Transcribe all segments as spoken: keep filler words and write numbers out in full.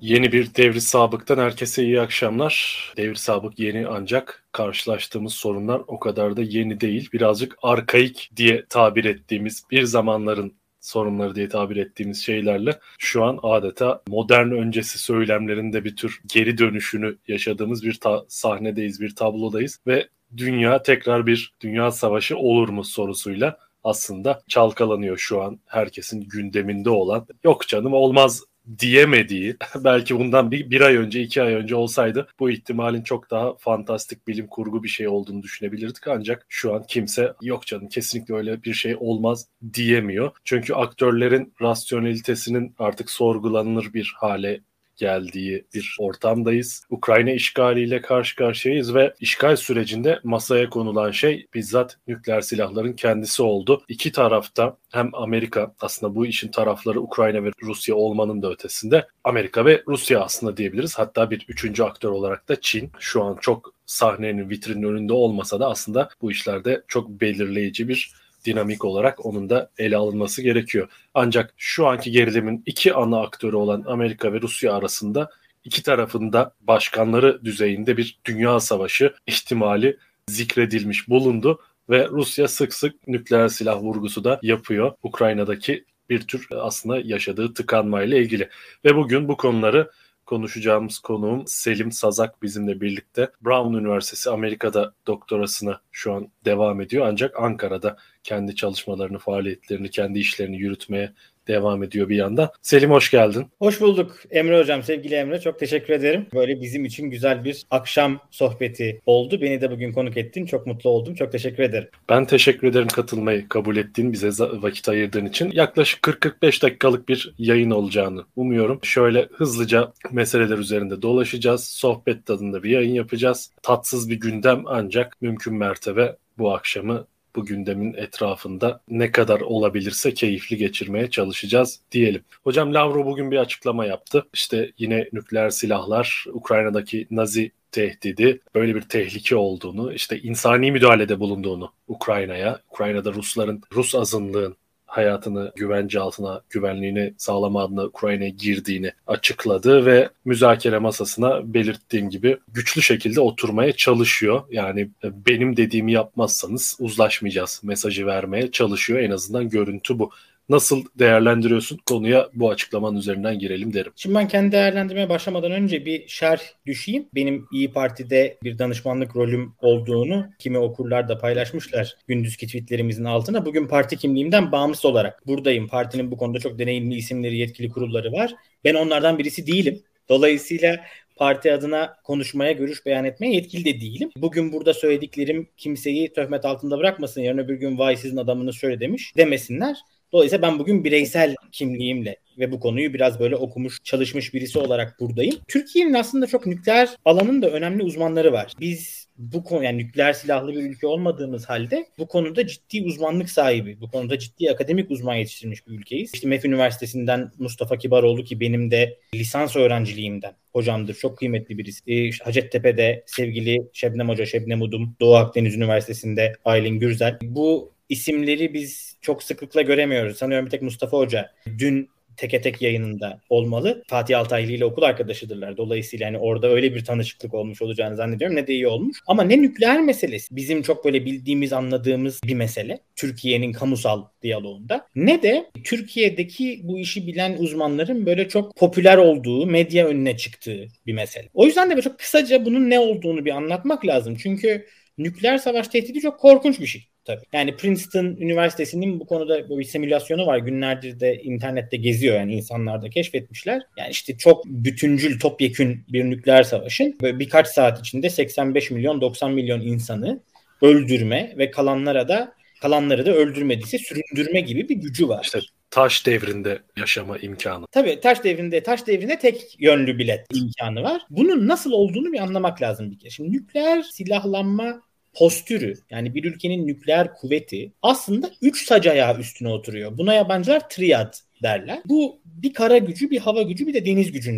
Yeni bir Devri Sabık'tan herkese iyi akşamlar. Devri Sabık yeni ancak karşılaştığımız sorunlar o kadar da yeni değil. Birazcık arkaik diye tabir ettiğimiz bir zamanların sorunları diye tabir ettiğimiz şeylerle şu an adeta modern öncesi söylemlerinde bir tür geri dönüşünü yaşadığımız bir ta- sahnedeyiz, bir tablodayız ve dünya tekrar bir dünya savaşı olur mu sorusuyla aslında çalkalanıyor şu an herkesin gündeminde olan. Yok canım olmaz diyemediği, belki bundan bir, bir ay önce, iki ay önce olsaydı bu ihtimalin çok daha fantastik bilim kurgu bir şey olduğunu düşünebilirdik. Ancak şu an kimse yok canım kesinlikle öyle bir şey olmaz diyemiyor. Çünkü aktörlerin rasyonelitesinin artık sorgulanır bir hale geldiği bir ortamdayız. Ukrayna işgaliyle karşı karşıyayız ve işgal sürecinde masaya konulan şey bizzat nükleer silahların kendisi oldu. İki tarafta hem Amerika, aslında bu işin tarafları Ukrayna ve Rusya olmanın da ötesinde Amerika ve Rusya aslında diyebiliriz. Hatta bir üçüncü aktör olarak da Çin şu an çok sahnenin vitrinin önünde olmasa da aslında bu işlerde çok belirleyici bir dinamik olarak onun da ele alınması gerekiyor. Ancak şu anki gerilimin iki ana aktörü olan Amerika ve Rusya arasında iki tarafında başkanları düzeyinde bir dünya savaşı ihtimali zikredilmiş bulundu ve Rusya sık sık nükleer silah vurgusu da yapıyor Ukrayna'daki bir tür aslında yaşadığı tıkanmayla ilgili. Ve bugün bu konuları konuşacağımız konuğum Selim Sazak bizimle birlikte. Brown Üniversitesi Amerika'da doktorasına şu an devam ediyor. Ancak Ankara'da kendi çalışmalarını, faaliyetlerini, kendi işlerini yürütmeye devam ediyor bir yandan. Selim hoş geldin. Hoş bulduk Emre Hocam, sevgili Emre. Çok teşekkür ederim. Böyle bizim için güzel bir akşam sohbeti oldu. Beni de bugün konuk ettin. Çok mutlu oldum. Çok teşekkür ederim. Ben teşekkür ederim katılmayı kabul ettiğin, bize vakit ayırdığın için. Yaklaşık kırk kırk beş dakikalık bir yayın olacağını umuyorum. Şöyle hızlıca meseleler üzerinde dolaşacağız. Sohbet tadında bir yayın yapacağız. Tatsız bir gündem ancak mümkün mertebe bu akşamı bu gündemin etrafında ne kadar olabilirse keyifli geçirmeye çalışacağız diyelim. Hocam Lavrov bugün bir açıklama yaptı. İşte yine nükleer silahlar, Ukrayna'daki Nazi tehdidi, böyle bir tehlike olduğunu, işte insani müdahalede bulunduğunu Ukrayna'ya, Ukrayna'da Rusların, Rus azınlığın hayatını güvence altına, güvenliğini sağlama adına Ukrayna'ya girdiğini açıkladı ve müzakere masasına belirttiğim gibi güçlü şekilde oturmaya çalışıyor. Yani benim dediğimi yapmazsanız uzlaşmayacağız mesajı vermeye çalışıyor. En azından görüntü bu. Nasıl değerlendiriyorsun? Konuya bu açıklamanın üzerinden girelim derim. Şimdi ben kendi değerlendirmeye başlamadan önce bir şerh düşeyim. Benim İyi Parti'de bir danışmanlık rolüm olduğunu kimi okurlar da paylaşmışlar gündüzki tweetlerimizin altına. Bugün parti kimliğimden bağımsız olarak buradayım. Partinin bu konuda çok deneyimli isimleri, yetkili kurulları var. Ben onlardan birisi değilim. Dolayısıyla parti adına konuşmaya, görüş beyan etmeye yetkili de değilim. Bugün burada söylediklerim kimseyi töhmet altında bırakmasın. Yarın öbür gün vay sizin adamınız şöyle demiş demesinler. Dolayısıyla ben bugün bireysel kimliğimle ve bu konuyu biraz böyle okumuş, çalışmış birisi olarak buradayım. Türkiye'nin aslında çok nükleer alanında önemli uzmanları var. Biz bu konu, yani nükleer silahlı bir ülke olmadığımız halde bu konuda ciddi uzmanlık sahibi, bu konuda ciddi akademik uzman yetiştirmiş bir ülkeyiz. İşte M E F Üniversitesi'nden Mustafa Kibaroğlu ki benim de lisans öğrenciliğimden hocamdır. Çok kıymetli birisi. İşte Hacettepe'de sevgili Şebnem Hoca, Şebnem Udum, Doğu Akdeniz Üniversitesi'nde Aylin Gürzel. Bu isimleri biz çok sıklıkla göremiyoruz. Sanıyorum bir tek Mustafa Hoca dün Teke Tek yayınında olmalı. Fatih Altaylı ile okul arkadaşıdırlar. Dolayısıyla hani orada öyle bir tanışıklık olmuş olacağını zannediyorum. Ne de iyi olmuş. Ama ne nükleer meselesi bizim çok böyle bildiğimiz, anladığımız bir mesele. Türkiye'nin kamusal diyaloğunda. Ne de Türkiye'deki bu işi bilen uzmanların böyle çok popüler olduğu, medya önüne çıktığı bir mesele. O yüzden de böyle çok kısaca bunun ne olduğunu bir anlatmak lazım. Çünkü nükleer savaş tehdidi çok korkunç bir şey. Tabii. Yani Princeton Üniversitesi'nin bu konuda bir simülasyonu var. Günlerdir de internette geziyor, yani insanlar da keşfetmişler. Yani işte çok bütüncül, topyekün bir nükleer savaşın böyle birkaç saat içinde seksen beş milyon doksan milyon insanı öldürme ve kalanlara da kalanları da öldürmediyse süründürme gibi bir gücü var. İşte taş devrinde yaşama imkanı. Tabii taş devrinde, taş devrinde tek yönlü bilet imkanı var. Bunun nasıl olduğunu bir anlamak lazım bir kere. Şimdi nükleer silahlanma postürü, yani bir ülkenin nükleer kuvveti aslında üç sac ayağı üstüne oturuyor. Buna yabancılar triad derler. Bu bir kara gücü, bir hava gücü, bir de deniz gücünden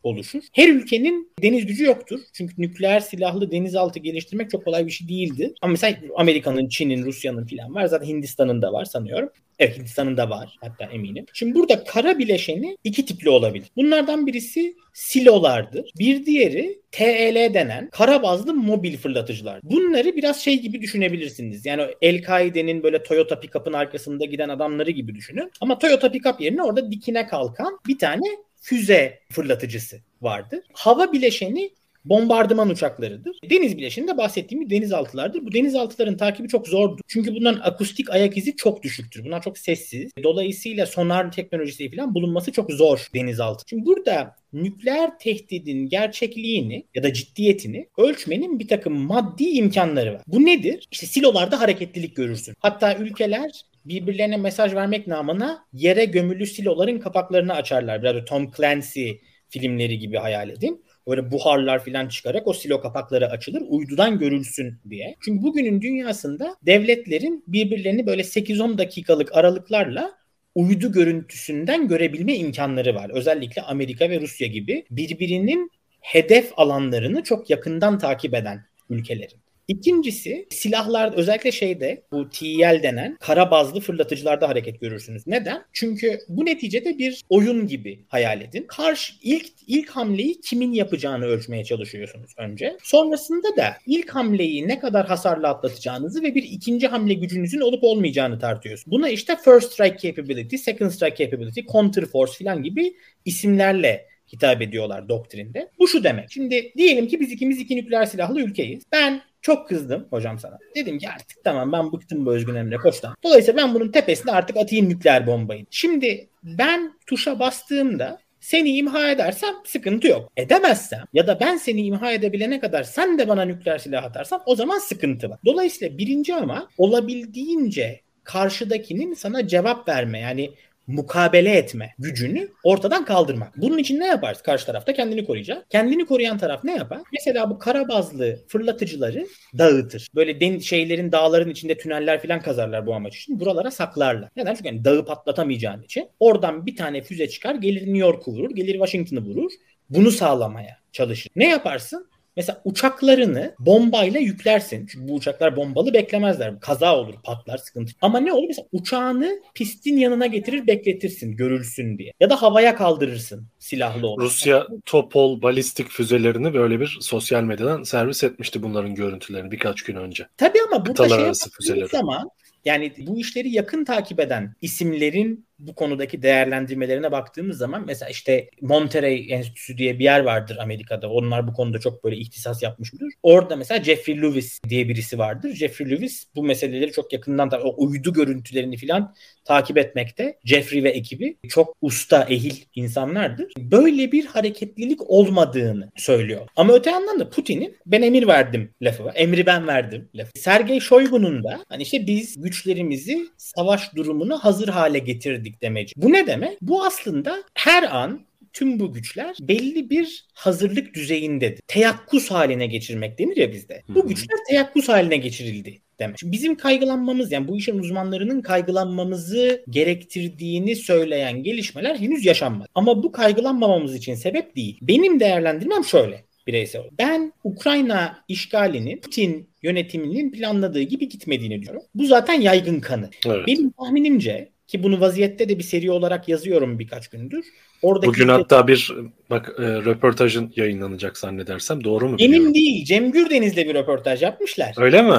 oluşur. Her ülkenin deniz gücü yoktur. Çünkü nükleer silahlı denizaltı geliştirmek çok kolay bir şey değildi. Ama mesela Amerika'nın, Çin'in, Rusya'nın falan var. Zaten Hindistan'ın da var sanıyorum. Evet, Hindistan'ın da var hatta, eminim. Şimdi burada kara bileşeni iki tipli olabilir. Bunlardan birisi silolardır. Bir diğeri T E L denen kara bazlı mobil fırlatıcılar. Bunları biraz şey gibi düşünebilirsiniz. Yani El-Kaide'nin böyle Toyota pick-up'ın arkasında giden adamları gibi düşünün. Ama Toyota pick-up yerine orada dikine kalkan bir tane füze fırlatıcısı vardır. Hava bileşeni bombardıman uçaklarıdır. Deniz bileşeninde bahsettiğim denizaltılardır. Bu denizaltıların takibi çok zordur. Çünkü bunların akustik ayak izi çok düşüktür. Bunlar çok sessiz. Dolayısıyla sonar teknolojisi falan bulunması çok zor denizaltı. Şimdi burada nükleer tehdidin gerçekliğini ya da ciddiyetini ölçmenin bir takım maddi imkanları var. Bu nedir? İşte silolarda hareketlilik görürsün. Hatta ülkeler birbirlerine mesaj vermek namına yere gömülü siloların kapaklarını açarlar. Biraz Tom Clancy filmleri gibi hayal edin. Böyle buharlar falan çıkarak o silo kapakları açılır, uydudan görülsün diye. Çünkü bugünün dünyasında devletlerin birbirlerini böyle sekiz on dakikalık aralıklarla uydu görüntüsünden görebilme imkanları var. Özellikle Amerika ve Rusya gibi birbirinin hedef alanlarını çok yakından takip eden ülkelerin. İkincisi, silahlar, özellikle şeyde bu T E L denen kara bazlı fırlatıcılarda hareket görürsünüz. Neden? Çünkü bu neticede bir oyun gibi hayal edin. Karşı ilk ilk hamleyi kimin yapacağını ölçmeye çalışıyorsunuz önce. Sonrasında da ilk hamleyi ne kadar hasarla atlatacağınızı ve bir ikinci hamle gücünüzün olup olmayacağını tartıyorsunuz. Buna işte first strike capability, second strike capability, counter force falan gibi isimlerle hitap ediyorlar doktrinde. Bu şu demek. Şimdi diyelim ki biz ikimiz iki nükleer silahlı ülkeyiz. Ben çok kızdım hocam sana. Dedim ki artık tamam, ben bıktım bu Özgün Emre Koç'tan. Dolayısıyla ben bunun tepesine artık atayım nükleer bombayı. Şimdi ben tuşa bastığımda seni imha edersem sıkıntı yok. Edemezsem ya da ben seni imha edebilene kadar sen de bana nükleer silah atarsan o zaman sıkıntı var. Dolayısıyla birinci ama olabildiğince karşıdakinin sana cevap verme, yani mukabele etme gücünü ortadan kaldırmak. Bunun için ne yaparsın? Karşı tarafta kendini koruyacak. Kendini koruyan taraf ne yapar? Mesela bu kara bazlı fırlatıcıları dağıtır. Böyle den- şeylerin, dağların içinde tüneller falan kazarlar bu amaç için. Buralara saklarlar. Neden? Çünkü yani dağı patlatamayacağın için. Oradan bir tane füze çıkar, gelir New York'u vurur, gelir Washington'ı vurur. Bunu sağlamaya çalışır. Ne yaparsın? Mesela uçaklarını bombayla yüklersin. Çünkü bu uçaklar bombalı beklemezler. Kaza olur, patlar, sıkıntı. Ama ne olur? Mesela uçağını pistin yanına getirir, bekletirsin, görülsün diye. Ya da havaya kaldırırsın silahlı olarak. Rusya Topol balistik füzelerini böyle bir sosyal medyadan servis etmişti, bunların görüntülerini birkaç gün önce. Tabii ama burada Kıtalar şey arası füzeleri. Zaman yani bu işleri yakın takip eden isimlerin bu konudaki değerlendirmelerine baktığımız zaman mesela işte Monterey Enstitüsü diye bir yer vardır Amerika'da. Onlar bu konuda çok böyle ihtisas yapmıştır. Orada mesela Jeffrey Lewis diye birisi vardır. Jeffrey Lewis bu meseleleri çok yakından, o uydu görüntülerini falan takip etmekte. Jeffrey ve ekibi çok usta, ehil insanlardır. Böyle bir hareketlilik olmadığını söylüyor. Ama öte yandan da Putin'in ben emir verdim lafı var. Emri ben verdim lafı. Sergey Shoigu'nun da hani işte biz güçlerimizi savaş durumuna hazır hale getirdik demeci. Bu ne demek? Bu aslında her an tüm bu güçler belli bir hazırlık düzeyindedir. Teyakkuz haline geçirmek denir ya bizde. Bu güçler teyakkuz haline geçirildi demek. Şimdi bizim kaygılanmamız, yani bu işin uzmanlarının kaygılanmamızı gerektirdiğini söyleyen gelişmeler henüz yaşanmadı. Ama bu kaygılanmamamız için sebep değil. Benim değerlendirmem şöyle bireysel olarak. Ben Ukrayna işgalinin Putin yönetiminin planladığı gibi gitmediğini diyorum. Bu zaten yaygın kanı. Evet. Benim tahminimce, ki bunu Vaziyet'te de bir seri olarak yazıyorum birkaç gündür. Oradaki Bugün hatta bir bak e, röportajın yayınlanacak zannedersem, doğru mu? Emin biliyorum. Değil. Cem Gürdeniz'le bir röportaj yapmışlar. Öyle mi?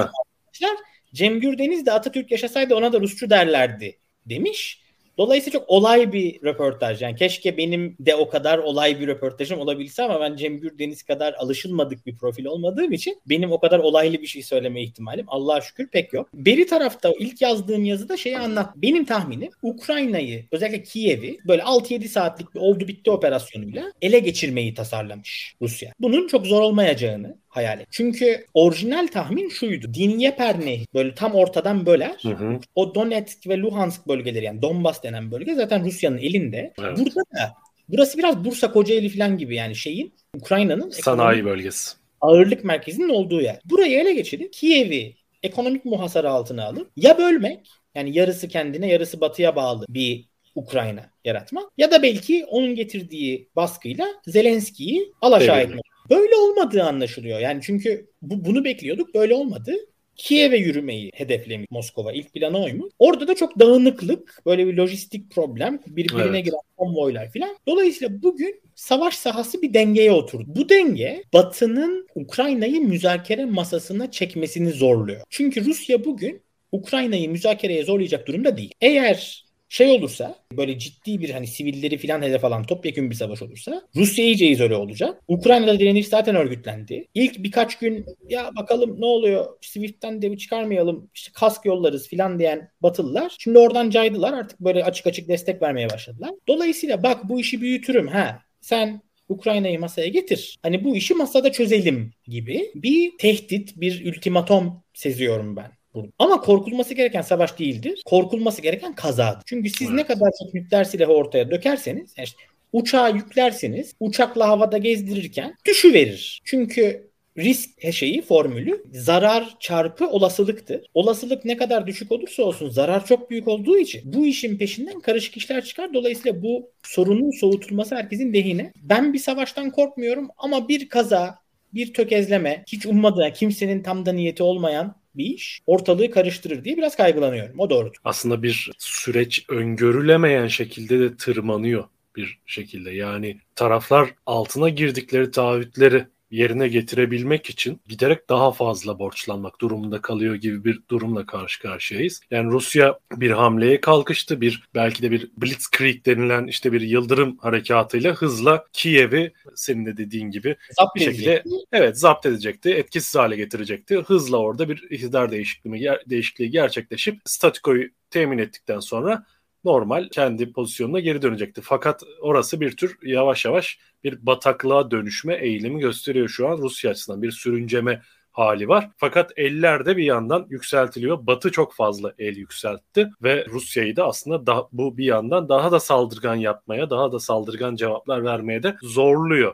Cem Gürdeniz de Atatürk yaşasaydı ona da Rusçu derlerdi demiş. Dolayısıyla çok olay bir röportaj. Yani keşke benim de o kadar olay bir röportajım olabilse ama ben Cem Gürdeniz kadar alışılmadık bir profil olmadığım için benim o kadar olaylı bir şey söyleme ihtimalim Allah'a şükür pek yok. Beri tarafta ilk yazdığım yazıda şeyi anlat. Benim tahminim Ukrayna'yı, özellikle Kiev'i böyle altı yedi saatlik bir oldu bitti operasyonuyla ele geçirmeyi tasarlamış Rusya. Bunun çok zor olmayacağını hayal et. Çünkü orijinal tahmin şuydu. Dnyeper Nehri böyle tam ortadan böler. Hı hı. O Donetsk ve Luhansk bölgeleri, yani Donbas denen bölge zaten Rusya'nın elinde. Evet. Burada da burası biraz Bursa Kocaeli falan gibi, yani şeyin, Ukrayna'nın sanayi bölgesi, ağırlık merkezinin olduğu yer. Burayı ele geçirip Kiev'i ekonomik muhasara altına alıp ya bölmek, yani yarısı kendine yarısı batıya bağlı bir Ukrayna yaratmak ya da belki onun getirdiği baskıyla Zelenski'yi alaşağı etmek. Böyle olmadığı anlaşılıyor. Yani çünkü bu, bunu bekliyorduk, böyle olmadı. Kiev'e yürümeyi hedeflemiş Moskova. İlk planı oymuş. Orada da çok dağınıklık, böyle bir lojistik problem, birbirine evet. giren konvoylar filan. Dolayısıyla bugün savaş sahası bir dengeye oturdu. Bu denge Batı'nın Ukrayna'yı müzakere masasına çekmesini zorluyor. Çünkü Rusya bugün Ukrayna'yı müzakereye zorlayacak durumda değil. Eğer şey olursa, böyle ciddi bir hani sivilleri filan hedef alan topyekun bir savaş olursa Rusya iyice izole olacak. Ukrayna'da direniş zaten örgütlendi. İlk birkaç gün ya bakalım ne oluyor, Swift'ten de çıkarmayalım, işte kask yollarız filan diyen Batılılar şimdi oradan caydılar, artık böyle açık açık destek vermeye başladılar. Dolayısıyla bak bu işi büyütürüm ha sen Ukrayna'yı masaya getir. Hani bu işi masada çözelim gibi bir tehdit, bir ultimatom seziyorum ben. Ama korkulması gereken savaş değildir. Korkulması gereken kazadır. Çünkü siz evet. ne kadar çok nükleer silahı ortaya dökerseniz, yani işte uçağı yüklerseniz, uçakla havada gezdirirken düşüverir. Çünkü risk şeyi, formülü zarar çarpı olasılıktır. Olasılık ne kadar düşük olursa olsun zarar çok büyük olduğu için bu işin peşinden karışık işler çıkar. Dolayısıyla bu sorunun soğutulması herkesin lehine. Ben bir savaştan korkmuyorum ama bir kaza, bir tökezleme, hiç ummadığı, kimsenin tam da niyeti olmayan bir iş ortalığı karıştırır diye biraz kaygılanıyorum. O doğrudur. Aslında bir süreç öngörülemeyen şekilde de tırmanıyor bir şekilde. Yani taraflar altına girdikleri taahhütleri yerine getirebilmek için giderek daha fazla borçlanmak durumunda kalıyor gibi bir durumla karşı karşıyayız. Yani Rusya bir hamleye kalkıştı. Bir belki de bir Blitzkrieg denilen işte bir yıldırım harekatıyla hızla Kiev'i senin de dediğin gibi zapt bir şekilde edecekti. evet zapt edecekti. Etkisiz hale getirecekti. Hızla orada bir iktidar değişikliği, değişikliği gerçekleşip statükoyu temin ettikten sonra normal kendi pozisyonuna geri dönecekti. Fakat orası bir tür yavaş yavaş bir bataklığa dönüşme eğilimi gösteriyor şu an Rusya açısından. Bir sürünceme hali var. Fakat eller de bir yandan yükseltiliyor. Batı çok fazla el yükseltti ve Rusya'yı da aslında daha, bu bir yandan daha da saldırgan yapmaya, daha da saldırgan cevaplar vermeye de zorluyor.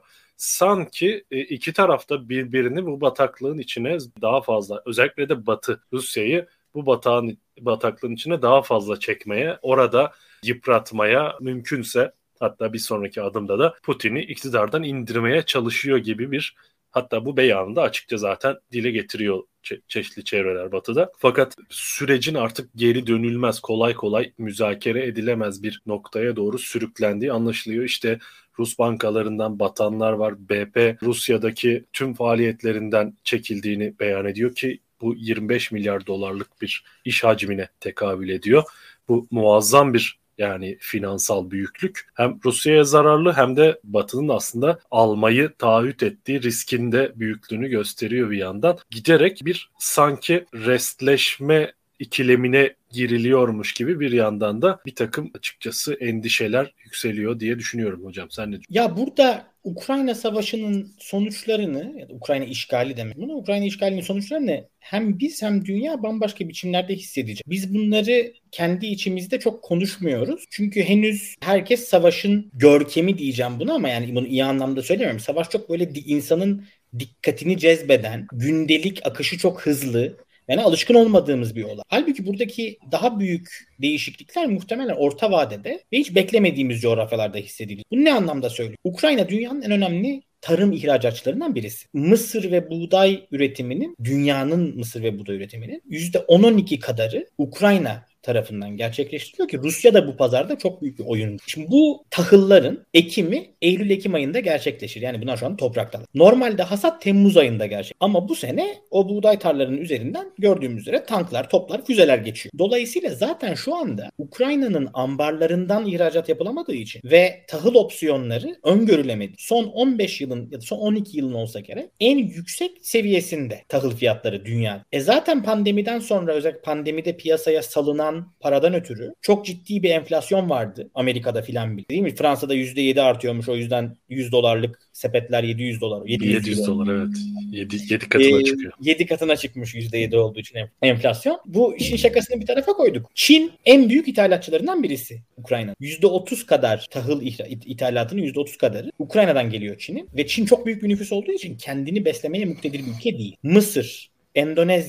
Sanki iki tarafta birbirini bu bataklığın içine daha fazla, özellikle de Batı Rusya'yı bu batağın bataklığın içine daha fazla çekmeye, orada yıpratmaya, mümkünse hatta bir sonraki adımda da Putin'i iktidardan indirmeye çalışıyor gibi bir, hatta bu beyanı da açıkça zaten dile getiriyor çe- çeşitli çevreler Batı'da. Fakat sürecin artık geri dönülmez, kolay kolay müzakere edilemez bir noktaya doğru sürüklendiği anlaşılıyor. İşte Rus bankalarından batanlar var. B P Rusya'daki tüm faaliyetlerinden çekildiğini beyan ediyor ki bu yirmi beş milyar dolarlık bir iş hacmine tekabül ediyor. Bu muazzam bir yani finansal büyüklük. Hem Rusya'ya zararlı hem de Batı'nın aslında almayı taahhüt ettiği riskin de büyüklüğünü gösteriyor bir yandan. Giderek bir sanki restleşme ikilemine giriliyormuş gibi bir yandan da bir takım açıkçası endişeler yükseliyor diye düşünüyorum hocam. Sen ne düşünüyorsun? Ya burada Ukrayna Savaşı'nın sonuçlarını, ya da Ukrayna işgali demek bunu, Ukrayna işgalinin sonuçlarını hem biz hem dünya bambaşka biçimlerde hissedecek. Biz bunları kendi içimizde çok konuşmuyoruz. Çünkü henüz herkes savaşın görkemi diyeceğim bunu, ama yani bunu iyi anlamda söylemiyorum. Savaş çok böyle insanın dikkatini cezbeden, gündelik akışı çok hızlı, yani alışkın olmadığımız bir olay. Halbuki buradaki daha büyük değişiklikler muhtemelen orta vadede ve hiç beklemediğimiz coğrafyalarda hissedilir. Bu ne anlamda söylüyor? Ukrayna dünyanın en önemli tarım ihracatçılarından birisi. Mısır ve buğday üretiminin, dünyanın mısır ve buğday üretiminin yüzde on on iki kadarı Ukrayna tarafından gerçekleştiriliyor ki Rusya da bu pazarda çok büyük bir oyuncu. Şimdi bu tahılların ekimi Eylül-Ekim ayında gerçekleşir. Yani bunlar şu an topraktalar. Normalde hasat Temmuz ayında gerçek. Ama bu sene o buğday tarlalarının üzerinden gördüğümüz üzere tanklar, toplar, füzeler geçiyor. Dolayısıyla zaten şu anda Ukrayna'nın ambarlarından ihracat yapılamadığı için ve tahıl opsiyonları öngörülemedi. Son on beş yılın ya da son on iki yılın olsa gerek en yüksek seviyesinde tahıl fiyatları dünya. E zaten pandemiden sonra, özellikle pandemide piyasaya salınan paradan ötürü çok ciddi bir enflasyon vardı Amerika'da filan, değil mi? Fransa'da yüzde yedi artıyormuş, o yüzden yüz dolarlık sepetler yedi yüz dolar. yedi yüz dolar evet. yedi, yedi katına ee, çıkıyor. yedi katına çıkmış yüzde yedi olduğu için enflasyon. Bu işin şakasını bir tarafa koyduk. Çin en büyük ithalatçılarından birisi Ukrayna. yüzde otuz kadar tahıl ithalatının yüzde otuz kadarı Ukrayna'dan geliyor Çin'in. Ve Çin çok büyük bir nüfus olduğu için kendini beslemeye muktedir bir ülke değil. Mısır, Endonezya,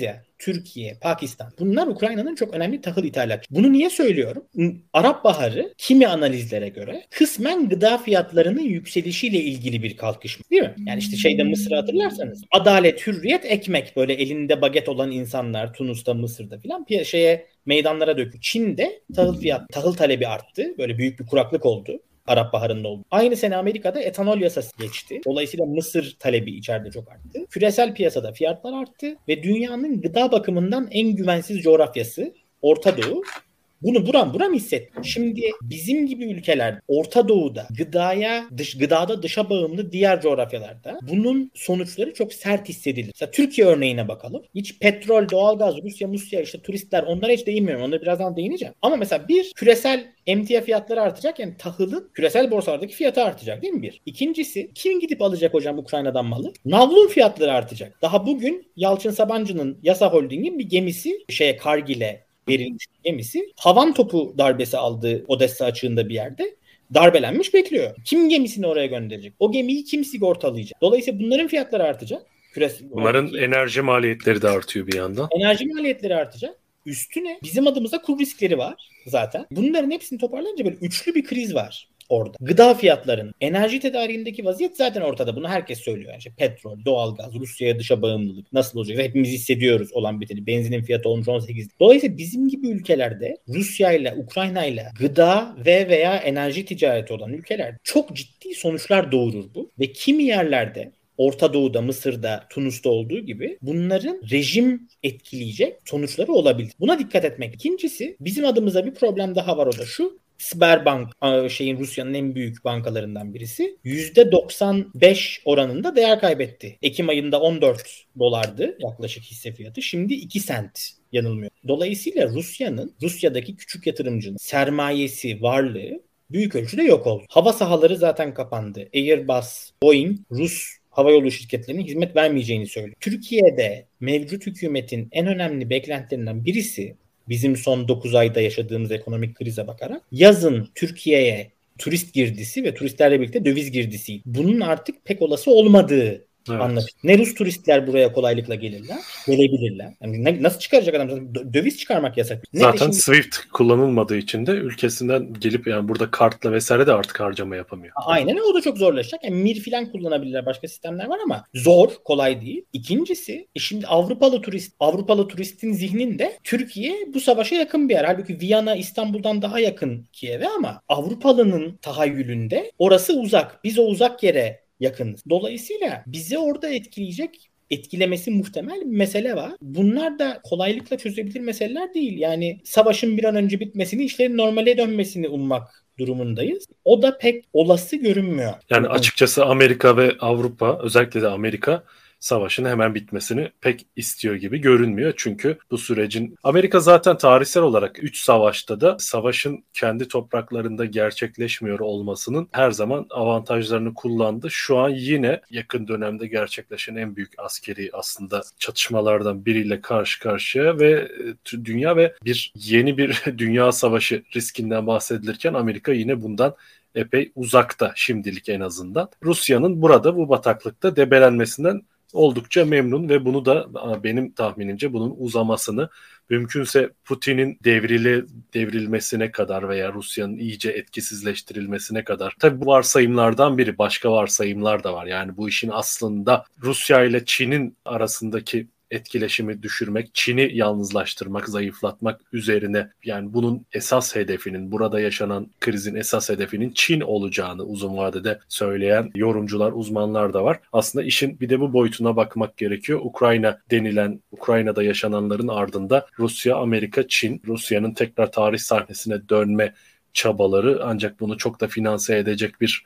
Türkiye, Pakistan. Bunlar Ukrayna'nın çok önemli tahıl ithalatçı. Bunu niye söylüyorum? Arap Baharı kimi analizlere göre kısmen gıda fiyatlarının yükselişiyle ilgili bir kalkışma. Değil mi? Yani işte şeyde Mısır'ı hatırlarsanız adalet, hürriyet, ekmek, böyle elinde baget olan insanlar Tunus'ta, Mısır'da filan şeye meydanlara dökülü. Çin'de tahıl fiyat, tahıl talebi arttı. Böyle büyük bir kuraklık oldu. Arap Baharı'nda oldu. Aynı sene Amerika'da etanol yasası geçti. Dolayısıyla Mısır talebi içeride çok arttı. Küresel piyasada fiyatlar arttı ve dünyanın gıda bakımından en güvensiz coğrafyası Orta Doğu. Bunu buram buram hissettim. Şimdi bizim gibi ülkeler Orta Doğu'da gıdaya dış, gıdada dışa bağımlı diğer coğrafyalarda bunun sonuçları çok sert hissedilir. Mesela Türkiye örneğine bakalım. Hiç petrol, doğalgaz, Rusya, Musya, işte turistler, onlara hiç değinmiyorum. Onlara birazdan değineceğim. Ama mesela bir küresel emtia fiyatları artacak, yani tahılın küresel borsalardaki fiyatı artacak değil mi bir? İkincisi, kim gidip alacak hocam Ukrayna'dan malı? Navlun fiyatları artacak. Daha bugün Yalçın Sabancı'nın Yasa Holding'in bir gemisi şeye Kargil'e verilmiş gemisi havan topu darbesi aldığı Odessa açığında bir yerde darbelenmiş bekliyor. Kim gemisini oraya gönderecek? O gemiyi kim sigortalayacak? Dolayısıyla bunların fiyatları artacak. Küresel, bunların oradaki enerji maliyetleri de artıyor bir yandan. Enerji maliyetleri artacak. Üstüne bizim adımıza kur riskleri var zaten. Bunların hepsini toparlayınca böyle üçlü bir kriz var orada. Gıda fiyatlarının, enerji tedariğindeki vaziyet zaten ortada. Bunu herkes söylüyor. Yani işte petrol, doğalgaz, Rusya'ya dışa bağımlılık nasıl olacak? Hepimiz hissediyoruz olan biteni. Benzinin fiyatı olmuş on sekiz. Dolayısıyla bizim gibi ülkelerde Rusya ile Ukrayna ile gıda ve veya enerji ticareti olan ülkeler çok ciddi sonuçlar doğurur bu. Ve kimi yerlerde Orta Doğu'da, Mısır'da, Tunus'ta olduğu gibi bunların rejim etkileyecek sonuçları olabilir. Buna dikkat etmek. İkincisi, bizim adımıza bir problem daha var, o da şu. Sberbank şeyin Rusya'nın en büyük bankalarından birisi yüzde doksan beş oranında değer kaybetti. Ekim ayında on dört dolardı yaklaşık hisse fiyatı. Şimdi iki sent yanılmıyor. Dolayısıyla Rusya'nın, Rusya'daki küçük yatırımcının sermayesi, varlığı büyük ölçüde yok oldu. Hava sahaları zaten kapandı. Airbus, Boeing, Rus havayolu şirketlerine hizmet vermeyeceğini söylüyor. Türkiye'de mevcut hükümetin en önemli beklentilerinden birisi, bizim son dokuz ayda yaşadığımız ekonomik krize bakarak, yazın Türkiye'ye turist girdisi ve turistlerle birlikte döviz girdisi. Bunun artık pek olası olmadığı evet. anlaşılıyor. Ne Rus turistler buraya kolaylıkla gelirler, gelebilirler. Yani ne, nasıl çıkaracak adam? Döviz çıkarmak yasak. Ne Zaten şimdi... Swift kullanılmadığı için de ülkesinden gelip yani burada kartla vesaire de artık harcama yapamıyor. Aynen, o da çok zorlaşacak. Yani M I R falan kullanabilirler. Başka sistemler var ama zor, kolay değil. İkincisi, e şimdi Avrupalı turist, Avrupalı turistin zihninde Türkiye bu savaşa yakın bir yer. Halbuki Viyana İstanbul'dan daha yakın Kiev'e ama Avrupalının tahayyülünde orası uzak. Biz o uzak yere yakınız. Dolayısıyla bizi orada etkileyecek, etkilemesi muhtemel bir mesele var. Bunlar da kolaylıkla çözebilir meseleler değil. Yani savaşın bir an önce bitmesini, işlerin normale dönmesini ummak durumundayız. O da pek olası görünmüyor. Yani açıkçası Amerika ve Avrupa, özellikle de Amerika, savaşın hemen bitmesini pek istiyor gibi görünmüyor. Çünkü bu sürecin, Amerika zaten tarihsel olarak üç savaşta da savaşın kendi topraklarında gerçekleşmiyor olmasının her zaman avantajlarını kullandı. Şu an yine yakın dönemde gerçekleşen en büyük askeri aslında çatışmalardan biriyle karşı karşıya ve dünya ve bir yeni bir dünya savaşı riskinden bahsedilirken Amerika yine bundan epey uzakta şimdilik en azından. Rusya'nın burada bu bataklıkta debelenmesinden oldukça memnun ve bunu da benim tahminimce bunun uzamasını, mümkünse Putin'in devrile, devrilmesine kadar veya Rusya'nın iyice etkisizleştirilmesine kadar. Tabii bu varsayımlardan biri. Başka varsayımlar da var. Yani bu işin aslında Rusya ile Çin'in arasındaki etkileşimi düşürmek, Çin'i yalnızlaştırmak, zayıflatmak üzerine, yani bunun esas hedefinin, burada yaşanan krizin esas hedefinin Çin olacağını uzun vadede söyleyen yorumcular, uzmanlar da var. Aslında işin bir de bu boyutuna bakmak gerekiyor. Ukrayna denilen, Ukrayna'da yaşananların ardında Rusya, Amerika, Çin, Rusya'nın tekrar tarih sahnesine dönme çabaları, ancak bunu çok da finanse edecek bir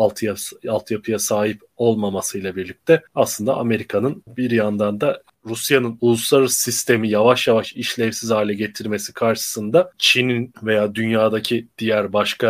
altyapıya sahip olmamasıyla birlikte aslında Amerika'nın bir yandan da Rusya'nın uluslararası sistemi yavaş yavaş işlevsiz hale getirmesi karşısında Çin'in veya dünyadaki diğer başka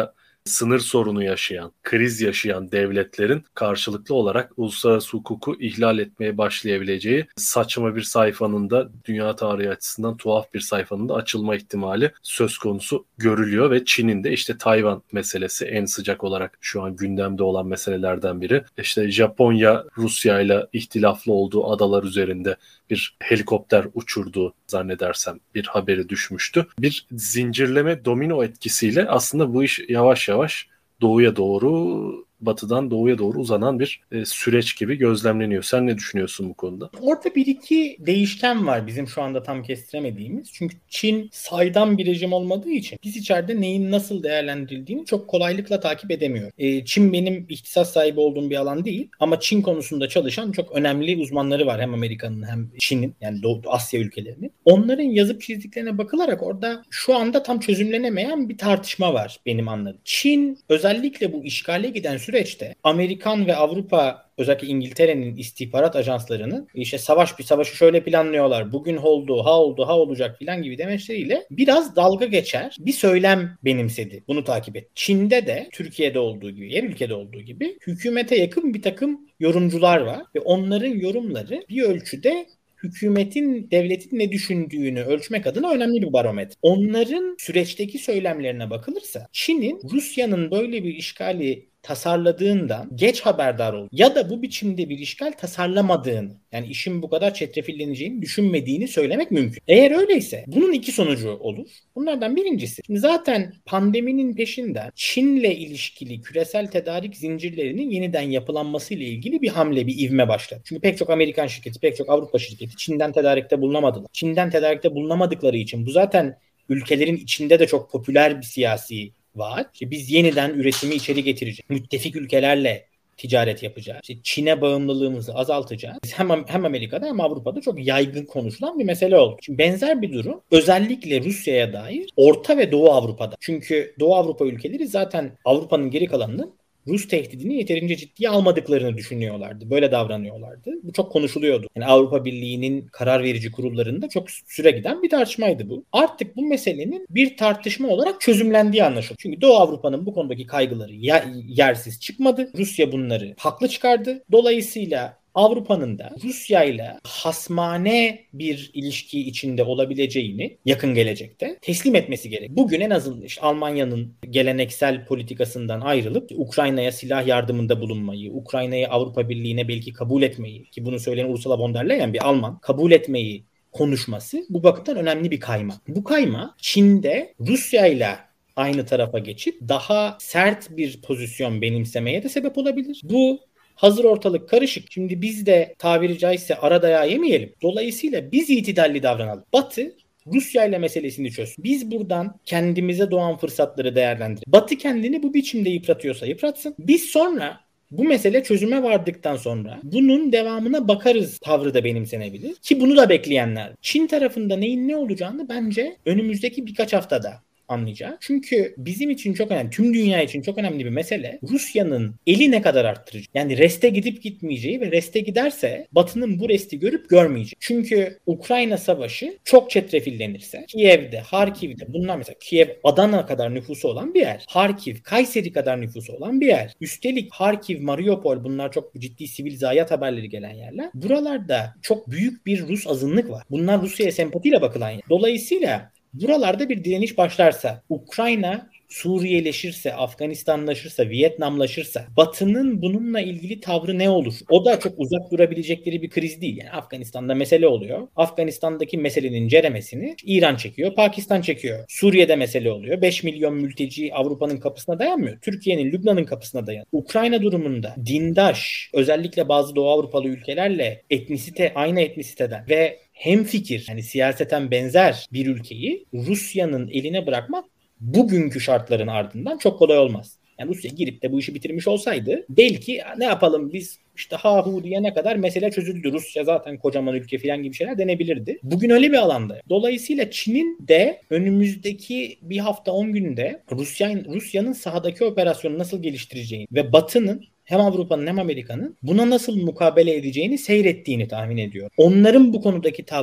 sınır sorunu yaşayan, kriz yaşayan devletlerin karşılıklı olarak uluslararası hukuku ihlal etmeye başlayabileceği saçma bir sayfanın da dünya tarihi açısından tuhaf bir sayfanın da açılma ihtimali söz konusu görülüyor ve Çin'in de işte Tayvan meselesi en sıcak olarak şu an gündemde olan meselelerden biri. İşte Japonya Rusya ile ihtilaflı olduğu adalar üzerinde bir helikopter uçurduğu zannedersem bir haberi düşmüştü. Bir zincirleme domino etkisiyle aslında bu iş yavaş yavaş doğuya doğru, batıdan doğuya doğru uzanan bir e, süreç gibi gözlemleniyor. Sen ne düşünüyorsun bu konuda? Orada bir iki değişken var bizim şu anda tam kestiremediğimiz. Çünkü Çin saydam bir rejim olmadığı için biz içeride neyin nasıl değerlendirildiğini çok kolaylıkla takip edemiyoruz. E, Çin benim ihtisas sahibi olduğum bir alan değil ama Çin konusunda çalışan çok önemli uzmanları var. Hem Amerika'nın hem Çin'in, yani Doğu Asya ülkelerinin. Onların yazıp çizdiklerine bakılarak orada şu anda tam çözümlenemeyen bir tartışma var benim anladığım. Çin özellikle bu işgale giden süreçte Amerikan ve Avrupa, özellikle İngiltere'nin istihbarat ajanslarının işte savaş bir savaşı şöyle planlıyorlar, bugün oldu, ha oldu, ha olacak filan gibi demeçleriyle biraz dalga geçer bir söylem benimsedi. Bunu takip et. Çin'de de Türkiye'de olduğu gibi, diğer ülkede olduğu gibi hükümete yakın bir takım yorumcular var ve onların yorumları bir ölçüde hükümetin, devletin ne düşündüğünü ölçmek adına önemli bir barometre. Onların süreçteki söylemlerine bakılırsa Çin'in Rusya'nın böyle bir işgali tasarladığından geç haberdar oldu. Ya da bu biçimde bir işgal tasarlamadığını, yani işin bu kadar çetrefilleneceğini düşünmediğini söylemek mümkün. Eğer öyleyse bunun iki sonucu olur. Bunlardan birincisi, şimdi zaten pandeminin peşinden Çin'le ilişkili küresel tedarik zincirlerinin yeniden yapılanması ile ilgili bir hamle, bir ivme başladı. Çünkü pek çok Amerikan şirketi, pek çok Avrupa şirketi Çin'den tedarikte bulunamadılar. Çin'den tedarikte bulunamadıkları için bu zaten ülkelerin içinde de çok popüler bir siyasi var. İşte biz yeniden üretimi içeri getireceğiz. Müttefik ülkelerle ticaret yapacağız. İşte Çin'e bağımlılığımızı azaltacağız. Hem, hem Amerika'da hem Avrupa'da çok yaygın konuşulan bir mesele oldu. Şimdi benzer bir durum özellikle Rusya'ya dair Orta ve Doğu Avrupa'da. Çünkü Doğu Avrupa ülkeleri zaten Avrupa'nın geri kalanının Rus tehdidini yeterince ciddiye almadıklarını düşünüyorlardı. Böyle davranıyorlardı. Bu çok konuşuluyordu. Yani Avrupa Birliği'nin karar verici kurullarında çok süre giden bir tartışmaydı bu. Artık bu meselenin bir tartışma olarak çözümlendiği anlaşıldı. Çünkü Doğu Avrupa'nın bu konudaki kaygıları yersiz çıkmadı. Rusya bunları haklı çıkardı. Dolayısıyla Avrupa'nın da Rusya ile hasmane bir ilişki içinde olabileceğini yakın gelecekte teslim etmesi gerek. Bugün en azından işte Almanya'nın geleneksel politikasından ayrılıp Ukrayna'ya silah yardımında bulunmayı, Ukrayna'yı Avrupa Birliği'ne belki kabul etmeyi, ki bunu söyleyen Ursula von der Leyen bir Alman, kabul etmeyi konuşması bu bakımdan önemli bir kayma. Bu kayma Çin'de Rusya ile aynı tarafa geçip daha sert bir pozisyon benimsemeye de sebep olabilir. Bu hazır ortalık karışık. Şimdi biz de tabiri caizse ara dayağı yemeyelim. Dolayısıyla biz itidalli davranalım. Batı Rusya ile meselesini çözsün. Biz buradan kendimize doğan fırsatları değerlendirelim. Batı kendini bu biçimde yıpratıyorsa yıpratsın. Biz sonra bu mesele çözüme vardıktan sonra bunun devamına bakarız tavrı da benimsenebilir. Ki bunu da bekleyenler. Çin tarafında neyin ne olacağını bence önümüzdeki birkaç haftada anlayacağız. Çünkü bizim için çok önemli, tüm dünya için çok önemli bir mesele Rusya'nın eli ne kadar arttıracak. Yani reste gidip gitmeyeceği ve reste giderse Batı'nın bu resti görüp görmeyeceği. Çünkü Ukrayna savaşı çok çetrefillenirse Kiev'de, Harkiv'de, bunlar mesela Kiev, Adana kadar nüfusu olan bir yer. Harkiv, Kayseri kadar nüfusu olan bir yer. Üstelik Harkiv, Mariupol, bunlar çok ciddi sivil zayiat haberleri gelen yerler. Buralarda çok büyük bir Rus azınlık var. Bunlar Rusya'ya sempatiyle bakılan yer. Dolayısıyla buralarda bir direniş başlarsa, Ukrayna Suriyeleşirse, Afganistanlaşırsa, Vietnamlaşırsa, Batı'nın bununla ilgili tavrı ne olur? O da çok uzak durabilecekleri bir kriz değil. Yani Afganistan'da mesele oluyor. Afganistan'daki meselenin ceremesini İran çekiyor, Pakistan çekiyor. Suriye'de mesele oluyor. beş milyon mülteci Avrupa'nın kapısına dayanmıyor. Türkiye'nin, Lübnan'ın kapısına dayanıyor. Ukrayna durumunda dindaş, özellikle bazı Doğu Avrupalı ülkelerle etnisite, aynı etnisiteden ve hemfikir, yani siyaseten benzer bir ülkeyi Rusya'nın eline bırakmak bugünkü şartların ardından çok kolay olmaz. Yani Rusya girip de bu işi bitirmiş olsaydı belki ne yapalım biz işte ha hu diyene kadar mesele çözüldü. Rusya zaten kocaman ülke falan gibi şeyler denebilirdi. Bugün öyle bir alanda. Dolayısıyla Çin'in de önümüzdeki bir hafta on günde Rusya, Rusya'nın sahadaki operasyonu nasıl geliştireceğini ve Batı'nın hem Avrupa'nın hem Amerika'nın buna nasıl mukabele edeceğini seyrettiğini tahmin ediyor. Onların bu konudaki tavrı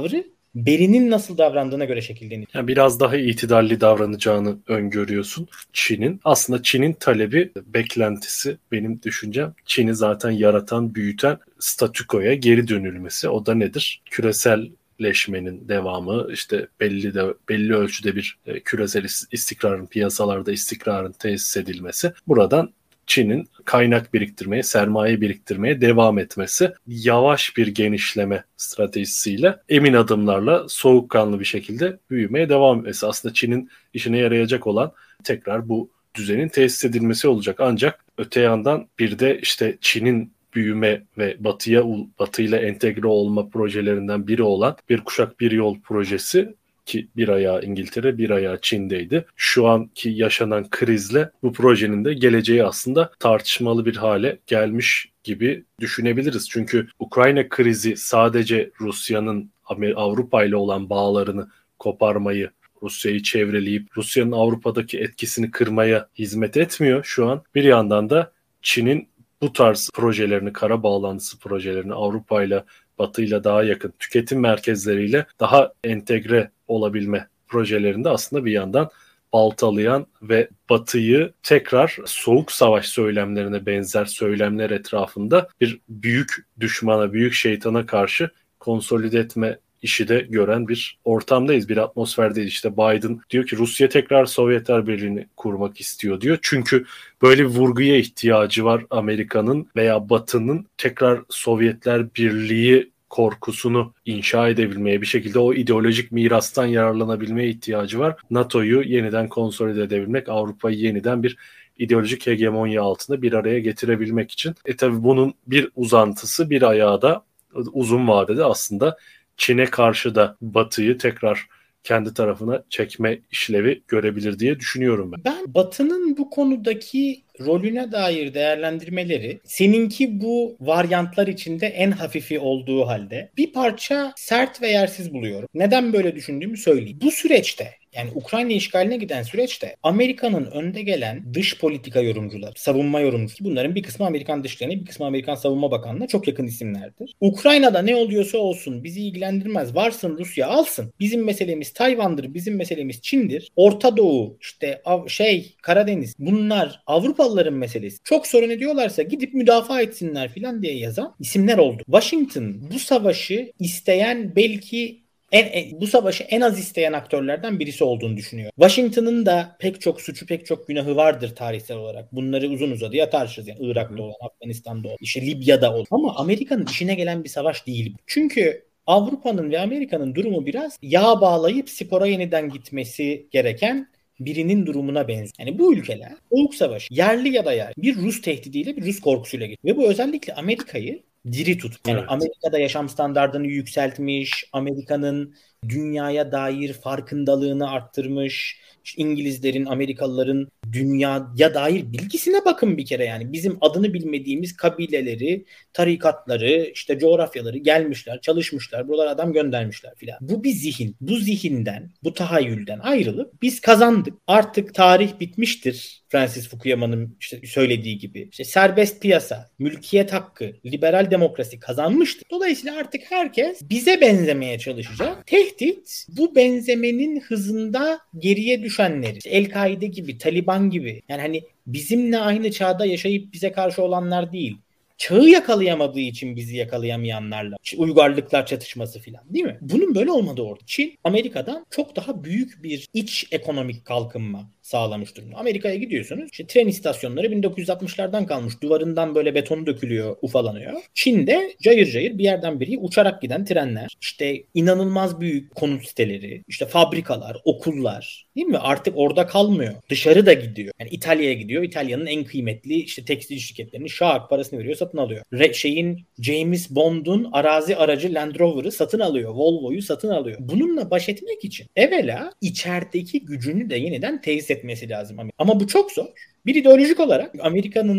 berinin nasıl davrandığına göre şekilleniyor. Yani biraz daha itidalli davranacağını öngörüyorsun Çin'in. Aslında Çin'in talebi, beklentisi, benim düşüncem Çin'i zaten yaratan, büyüten statükoya geri dönülmesi. O da nedir? Küreselleşmenin devamı, işte belli de belli ölçüde bir e, küresel istikrarın, piyasalarda istikrarın tesis edilmesi. Buradan Çin'in kaynak biriktirmeye, sermaye biriktirmeye devam etmesi, yavaş bir genişleme stratejisiyle, emin adımlarla, soğukkanlı bir şekilde büyümeye devam etmesi. Aslında Çin'in işine yarayacak olan tekrar bu düzenin tesis edilmesi olacak. Ancak öte yandan bir de işte Çin'in büyüme ve batıya batıyla entegre olma projelerinden biri olan Bir Kuşak Bir Yol projesi, ki bir ayağı İngiltere, bir ayağı Çin'deydi. Şu anki yaşanan krizle bu projenin de geleceği aslında tartışmalı bir hale gelmiş gibi düşünebiliriz. Çünkü Ukrayna krizi sadece Rusya'nın Avrupa ile olan bağlarını koparmayı, Rusya'yı çevreleyip Rusya'nın Avrupa'daki etkisini kırmaya hizmet etmiyor şu an. Bir yandan da Çin'in bu tarz projelerini, kara bağlantısı projelerini Avrupa ile Batı'yla daha yakın, tüketim merkezleriyle daha entegre olabilme projelerinde aslında bir yandan baltalayan ve Batı'yı tekrar soğuk savaş söylemlerine benzer söylemler etrafında bir büyük düşmana, büyük şeytana karşı konsolide etme işi de gören bir ortamdayız, bir atmosferdeyiz. İşte Biden diyor ki Rusya tekrar Sovyetler Birliği'ni kurmak istiyor diyor. Çünkü böyle bir vurguya ihtiyacı var Amerika'nın veya Batı'nın, tekrar Sovyetler Birliği korkusunu inşa edebilmeye, bir şekilde o ideolojik mirastan yararlanabilmeye ihtiyacı var. NATO'yu yeniden konsolide edebilmek, Avrupa'yı yeniden bir ideolojik hegemonya altında bir araya getirebilmek için. E tabi bunun bir uzantısı, bir ayağı da uzun vadede aslında Çin'e karşı da Batı'yı tekrar kendi tarafına çekme işlevi görebilir diye düşünüyorum ben. Ben Batı'nın bu konudaki rolüne dair değerlendirmeleri seninki bu varyantlar içinde en hafifi olduğu halde bir parça sert ve yersiz buluyorum. Neden böyle düşündüğümü söyleyeyim. Bu süreçte, yani Ukrayna işgaline giden süreçte Amerika'nın önde gelen dış politika yorumcuları, savunma yorumcusu, bunların bir kısmı Amerikan Dışişleri, bir kısmı Amerikan Savunma Bakanlığı'na çok yakın isimlerdir. Ukrayna'da ne oluyorsa olsun bizi ilgilendirmez. Varsın Rusya alsın. Bizim meselemiz Tayvan'dır, bizim meselemiz Çin'dir. Orta Doğu, işte şey Karadeniz, bunlar Avrupalıların meselesi. Çok sorun ediyorlarsa gidip müdafaa etsinler filan diye yazan isimler oldu. Washington bu savaşı isteyen, belki En, en, bu savaşı en az isteyen aktörlerden birisi olduğunu düşünüyor. Washington'ın da pek çok suçu, pek çok günahı vardır tarihsel olarak. Bunları uzun uzadıya tartışırız. Yani Irak'ta olan, Afganistan'da olan, işte Libya'da olan. Ama Amerika'nın işine gelen bir savaş değil. Çünkü Avrupa'nın ve Amerika'nın durumu biraz yağ bağlayıp spora yeniden gitmesi gereken birinin durumuna benziyor. Yani bu ülkeler Soğuk Savaş, yerli ya da yer, bir Rus tehdidiyle, bir Rus korkusuyla geçiyor. Ve bu özellikle Amerika'yı diri tut. Yani evet. Amerika'da yaşam standartını yükseltmiş, Amerika'nın dünyaya dair farkındalığını arttırmış, işte İngilizlerin, Amerikalıların dünyaya dair bilgisine bakın bir kere yani. Bizim adını bilmediğimiz kabileleri, tarikatları, işte coğrafyaları gelmişler, çalışmışlar, buralara adam göndermişler filan. Bu bir zihin. Bu zihinden, bu tahayyülden ayrılıp biz kazandık. Artık tarih bitmiştir. Francis Fukuyama'nın işte söylediği gibi. İşte serbest piyasa, mülkiyet hakkı, liberal demokrasi kazanmıştır. Dolayısıyla artık herkes bize benzemeye çalışacak. Tehdit bu benzemenin hızında geriye düşenleri. İşte El-Kaide gibi, Taliban gibi. Yani hani bizimle aynı çağda yaşayıp bize karşı olanlar değil. Çağı yakalayamadığı için bizi yakalayamayanlarla uygarlıklar çatışması filan, değil mi? Bunun böyle olmadığı ortada. Çin Amerika'dan çok daha büyük bir iç ekonomik kalkınma sağlamış durumda. Amerika'ya gidiyorsunuz. İşte tren istasyonları bin dokuz yüz altmışlardan kalmış. Duvarından böyle betonu dökülüyor, ufalanıyor. Çin'de cayır cayır bir yerden biriye uçarak giden trenler. İşte inanılmaz büyük konut siteleri, işte fabrikalar, okullar, değil mi? Artık orada kalmıyor. Dışarı da gidiyor. Yani İtalya'ya gidiyor. İtalya'nın en kıymetli işte tekstil şirketlerini şak parasını veriyor, satın alıyor. Re- şeyin James Bond'un arazi aracı Land Rover'ı satın alıyor. Volvo'yu satın alıyor. Bununla baş etmek için evvela içerideki gücünü de yeniden tesis etmesi lazım. Ama bu çok zor. Bir ideolojik olarak Amerika'nın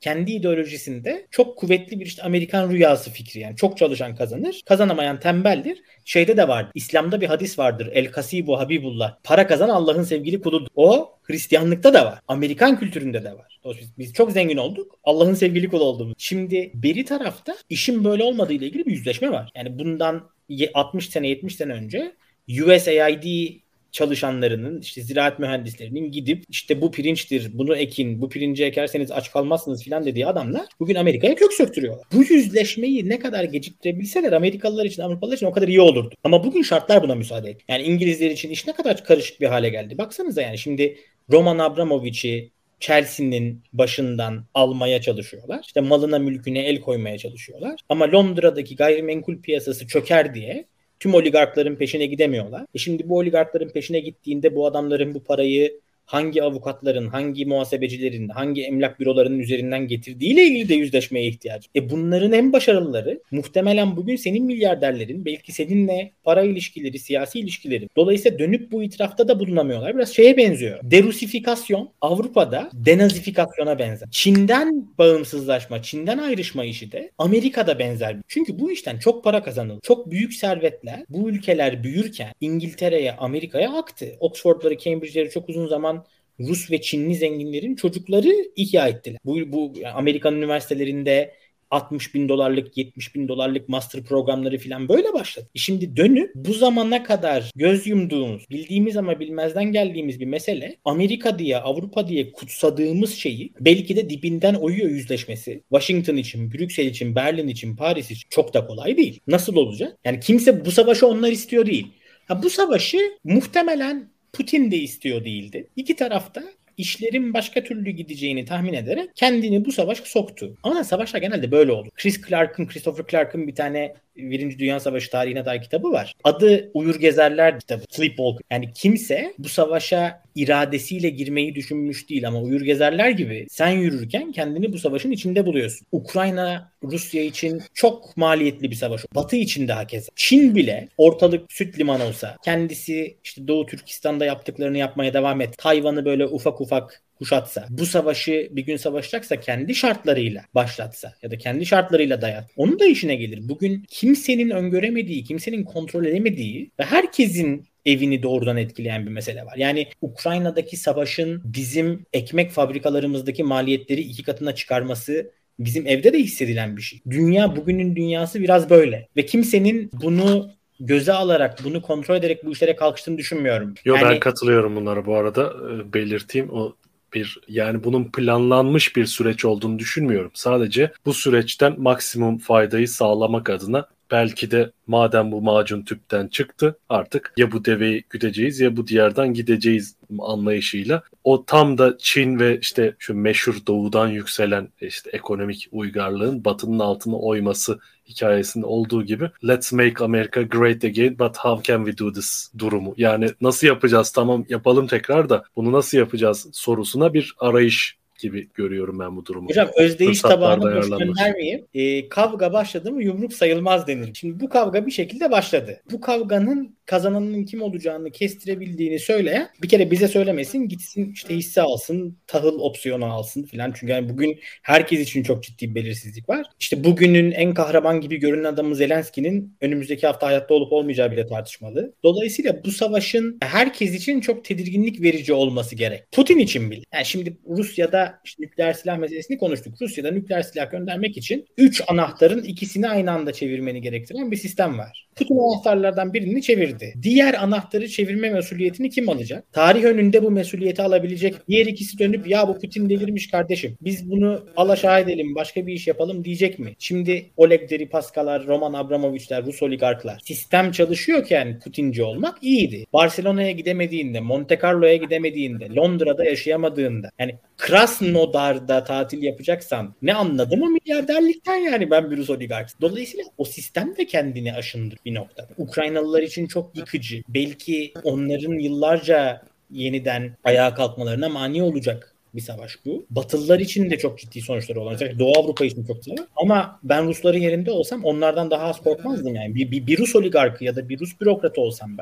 kendi ideolojisinde çok kuvvetli bir işte Amerikan rüyası fikri, yani çok çalışan kazanır, kazanamayan tembeldir. Şeyde de vardır. İslam'da bir hadis vardır. El kasibu habibullah. Para kazan Allah'ın sevgili kuludur. O Hristiyanlıkta da var. Amerikan kültüründe de var. Biz, biz çok zengin olduk. Allah'ın sevgili kulu olduğumuz. Şimdi beri tarafta işin böyle olmadığı ile ilgili bir yüzleşme var. Yani bundan altmış sene yetmiş sene önce U S A I D çalışanlarının, işte ziraat mühendislerinin gidip işte bu pirinçtir, bunu ekin, bu pirinci ekerseniz aç kalmazsınız filan dediği adamlar bugün Amerika'ya kök söktürüyorlar. Bu yüzleşmeyi ne kadar geciktirebilseler Amerikalılar için, Avrupalılar için o kadar iyi olurdu. Ama bugün şartlar buna müsaade ediyor. Yani İngilizler için iş ne kadar karışık bir hale geldi. Baksanıza, yani şimdi Roman Abramovich'i Chelsea'nin başından almaya çalışıyorlar. İşte malına mülküne el koymaya çalışıyorlar. Ama Londra'daki gayrimenkul piyasası çöker diye tüm oligarkların peşine gidemiyorlar. E şimdi bu oligarkların peşine gittiğinde bu adamların bu parayı hangi avukatların, hangi muhasebecilerin, hangi emlak bürolarının üzerinden getirdiğiyle ilgili de yüzleşmeye ihtiyacı. E bunların en başarılıları muhtemelen bugün senin milyarderlerin, belki seninle para ilişkileri, siyasi ilişkileri. Dolayısıyla dönüp bu itirafta da bulunamıyorlar. Biraz şeye benziyor. Derusifikasyon Avrupa'da denazifikasyona benzer. Çin'den bağımsızlaşma, Çin'den ayrışma işi de Amerika'da benzer. Çünkü bu işten çok para kazanıldı. Çok büyük servetler bu ülkeler büyürken İngiltere'ye, Amerika'ya aktı. Oxford'ları, Cambridge'leri çok uzun zaman Rus ve Çinli zenginlerin çocukları ihya ettiler. Bu, bu Amerikan üniversitelerinde altmış bin dolarlık, yetmiş bin dolarlık master programları falan böyle başladı. E şimdi dönüp bu zamana kadar göz yumduğumuz, bildiğimiz ama bilmezden geldiğimiz bir mesele, Amerika diye, Avrupa diye kutsadığımız şeyi belki de dibinden oyuyor yüzleşmesi. Washington için, Brüksel için, Berlin için, Paris için çok da kolay değil. Nasıl olacak? Yani kimse bu savaşı onlar istiyor değil. Ha, bu savaşı muhtemelen Putin de istiyor değildi. İki tarafta işlerin başka türlü gideceğini tahmin ederek kendini bu savaşa soktu. Ama savaşlar genelde böyle oldu. Chris Clark'ın, Christopher Clark'ın bir tane Birinci Dünya Savaşı tarihine dair kitabı var. Adı Uyur Gezerler kitabı. Sleepwalker. Yani kimse bu savaşa iradesiyle girmeyi düşünmüş değil ama Uyur Gezerler gibi sen yürürken kendini bu savaşın içinde buluyorsun. Ukrayna, Rusya için çok maliyetli bir savaş. Batı için de hakeza. Çin bile ortalık süt liman olsa, kendisi işte Doğu Türkistan'da yaptıklarını yapmaya devam et, Tayvan'ı böyle ufak ufak kuşatsa, bu savaşı bir gün savaşacaksa kendi şartlarıyla başlatsa ya da kendi şartlarıyla dayat. Onun da işine gelir. Bugün kimsenin öngöremediği, kimsenin kontrol edemediği ve herkesin evini doğrudan etkileyen bir mesele var. Yani Ukrayna'daki savaşın bizim ekmek fabrikalarımızdaki maliyetleri iki katına çıkarması bizim evde de hissedilen bir şey. Dünya, bugünün dünyası biraz böyle. Ve kimsenin bunu göze alarak, bunu kontrol ederek bu işlere kalkıştığını düşünmüyorum. Yok yani... ben katılıyorum bunlara bu arada. E, belirteyim. O bir, yani bunun planlanmış bir süreç olduğunu düşünmüyorum. Sadece bu süreçten maksimum faydayı sağlamak adına belki de madem bu macun tüpten çıktı artık ya bu deveyi güdeceğiz ya bu diyardan gideceğiz anlayışıyla. O tam da Çin ve işte şu meşhur doğudan yükselen işte ekonomik uygarlığın batının altına oyması hikayesinde olduğu gibi let's make America great again but how can we do this durumu. Yani nasıl yapacağız, tamam yapalım tekrar da bunu nasıl yapacağız sorusuna bir arayış gibi görüyorum ben bu durumu. Hocam özdeyiş tabağına boş göndermeyeyim. E, kavga başladı mı yumruk sayılmaz denir. Şimdi bu kavga bir şekilde başladı. Bu kavganın kazananın kim olacağını kestirebildiğini söyleyen bir kere bize söylemesin, gitsin işte hisse alsın, tahıl opsiyonu alsın filan. Çünkü yani bugün herkes için çok ciddi bir belirsizlik var. İşte bugünün en kahraman gibi görünen adamı Zelenski'nin önümüzdeki hafta hayatta olup olmayacağı bile tartışmalı. Dolayısıyla bu savaşın herkes için çok tedirginlik verici olması gerek. Putin için bile. Yani şimdi Rusya'da İşte nükleer silah meselesini konuştuk. Rusya'da nükleer silah göndermek için üç anahtarın ikisini aynı anda çevirmeni gerektiren bir sistem var. Putin anahtarlardan birini çevirdi. Diğer anahtarı çevirme mesuliyetini kim alacak? Tarih önünde bu mesuliyeti alabilecek diğer ikisi dönüp ya bu Putin delirmiş kardeşim, biz bunu alaşağı edelim, başka bir iş yapalım diyecek mi? Şimdi Oleg Deripaskalar, Roman Abramovich'ler, Rus oligarklar. Sistem çalışıyorken Putinci olmak iyiydi. Barcelona'ya gidemediğinde, Monte Carlo'ya gidemediğinde, Londra'da yaşayamadığında, yani Krasnodar'da tatil yapacaksan ne anladım o milyarderlikten, yani ben bir Rus oligark. Dolayısıyla o sistem de kendini aşındır bir noktada. Ukraynalılar için çok yıkıcı. Belki onların yıllarca yeniden ayağa kalkmalarına mani olacak bir savaş bu. Batılılar için de çok ciddi sonuçları olacak. Doğu Avrupa için çok ciddi. Ama ben Rusların yerinde olsam onlardan daha az korkmazdım yani. Bir, bir, bir Rus oligarkı ya da bir Rus bürokratı olsam ben,